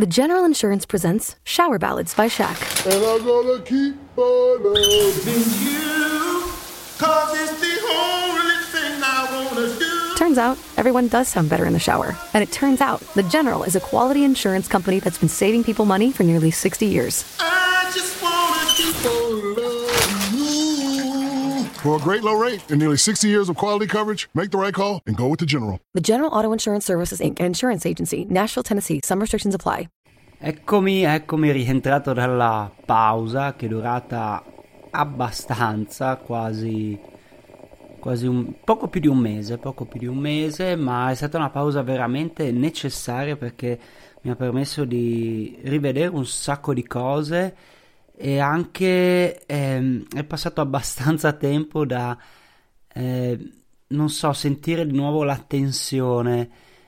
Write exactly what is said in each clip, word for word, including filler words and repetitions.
The General Insurance presents Shower Ballads by Shaq. And I'm gonna keep on loving you, 'cause it's the only thing I wanna do. Turns out, everyone does sound better in the shower. And it turns out, The General is a quality insurance company that's been saving people money for nearly sixty years. I just wanna keep on loving you. For a great low rate and nearly sixty years of quality coverage, make the right call and go with The General. The General Auto Insurance Services, Incorporated, an insurance agency, Nashville, Tennessee. Some restrictions apply. Eccomi, eccomi rientrato dalla pausa che è durata abbastanza, quasi, quasi un poco più di un mese, poco più di un mese, ma è stata una pausa veramente necessaria perché mi ha permesso di rivedere un sacco di cose e anche ehm, è passato abbastanza tempo da, eh, non so, sentire di nuovo la tensione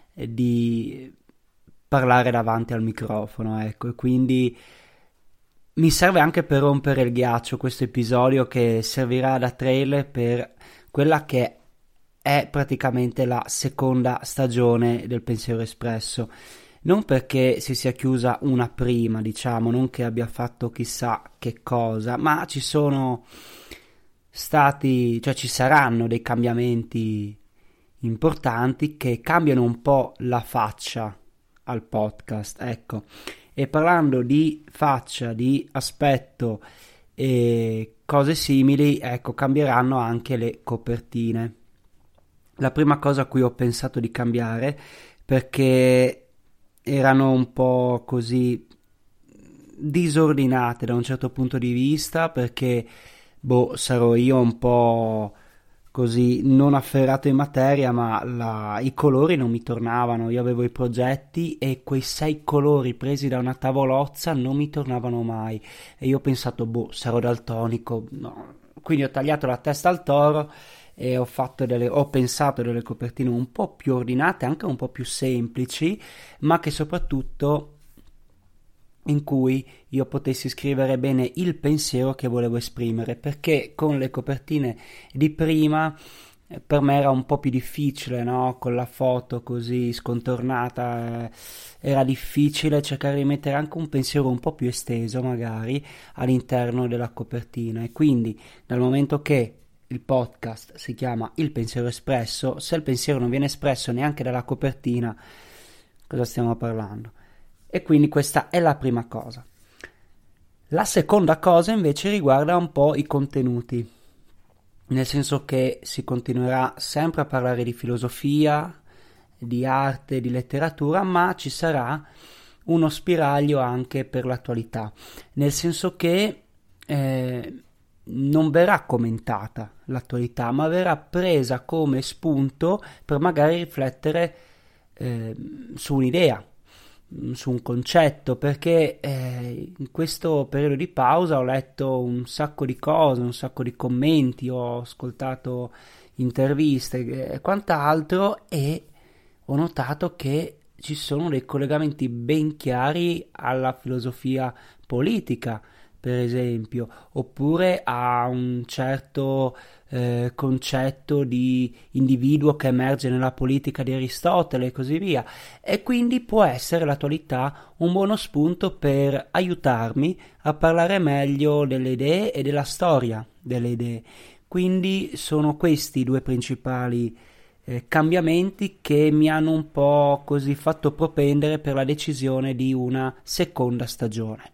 di parlare davanti al microfono, ecco, e quindi mi serve anche per rompere il ghiaccio questo episodio che servirà da trailer per quella che è praticamente la seconda stagione del Pensiero Espresso. Non perché si sia chiusa una prima, diciamo, non che abbia fatto chissà che cosa, ma ci sono stati, cioè ci saranno dei cambiamenti importanti che cambiano un po' la faccia al podcast, ecco. E parlando di faccia, di aspetto e cose simili, ecco, cambieranno anche le copertine. La prima cosa a cui ho pensato di cambiare, perché erano un po' così disordinate da un certo punto di vista, perché boh, sarò io un po' così non afferrato in materia, ma la, i colori non mi tornavano. Io avevo i progetti e quei sei colori presi da una tavolozza non mi tornavano mai e io ho pensato boh, sarò daltonico, no. Quindi ho tagliato la testa al toro e ho fatto delle, ho pensato delle copertine un po' più ordinate, anche un po' più semplici, ma che soprattutto in cui io potessi scrivere bene il pensiero che volevo esprimere, perché con le copertine di prima eh, per me era un po' più difficile, no? Con la foto così scontornata eh, era difficile cercare di mettere anche un pensiero un po' più esteso magari all'interno della copertina, e quindi dal momento che il podcast si chiama Il Pensiero Espresso, se il pensiero non viene espresso neanche dalla copertina, cosa stiamo parlando? E quindi questa è la prima cosa. La seconda cosa invece riguarda un po' i contenuti, nel senso che si continuerà sempre a parlare di filosofia, di arte, di letteratura, ma ci sarà uno spiraglio anche per l'attualità, nel senso che eh, non verrà commentata l'attualità, ma verrà presa come spunto per magari riflettere eh, su un'idea, su un concetto, perché eh, in questo periodo di pausa ho letto un sacco di cose, un sacco di commenti, ho ascoltato interviste e quant'altro e ho notato che ci sono dei collegamenti ben chiari alla filosofia politica, per esempio, oppure a un certo eh, concetto di individuo che emerge nella politica di Aristotele e così via, e quindi può essere l'attualità un buono spunto per aiutarmi a parlare meglio delle idee e della storia delle idee. Quindi sono questi i due principali eh, cambiamenti che mi hanno un po' così fatto propendere per la decisione di una seconda stagione.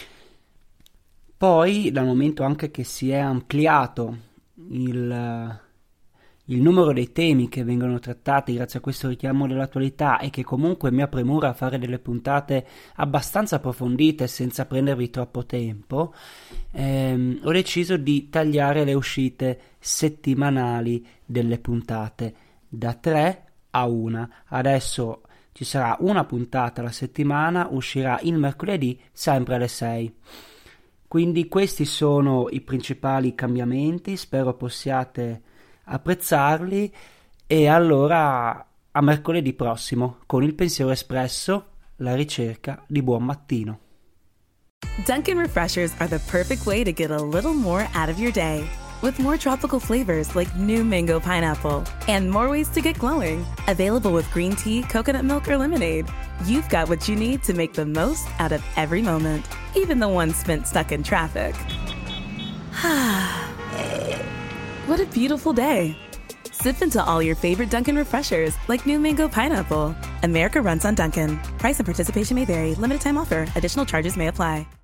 Poi, dal momento anche che si è ampliato il, il numero dei temi che vengono trattati grazie a questo richiamo dell'attualità, e che comunque mi premura a fare delle puntate abbastanza approfondite senza prendervi troppo tempo, ehm, ho deciso di tagliare le uscite settimanali delle puntate da tre a una. Adesso ci sarà una puntata alla settimana, uscirà il mercoledì sempre alle sei. Quindi questi sono i principali cambiamenti, spero possiate apprezzarli, e allora a mercoledì prossimo con il Pensiero Espresso, la ricerca di buon mattino. Dunkin' Refreshers are the perfect way to get a little more out of your day. with more tropical flavors like new mango pineapple and more ways to get glowing. Available with green tea, coconut milk, or lemonade. You've got what you need to make the most out of every moment, even the ones spent stuck in traffic. What a beautiful day. Sip into all your favorite Dunkin' refreshers like new mango pineapple. America runs on Dunkin'. Price and participation may vary. Limited time offer. Additional charges may apply.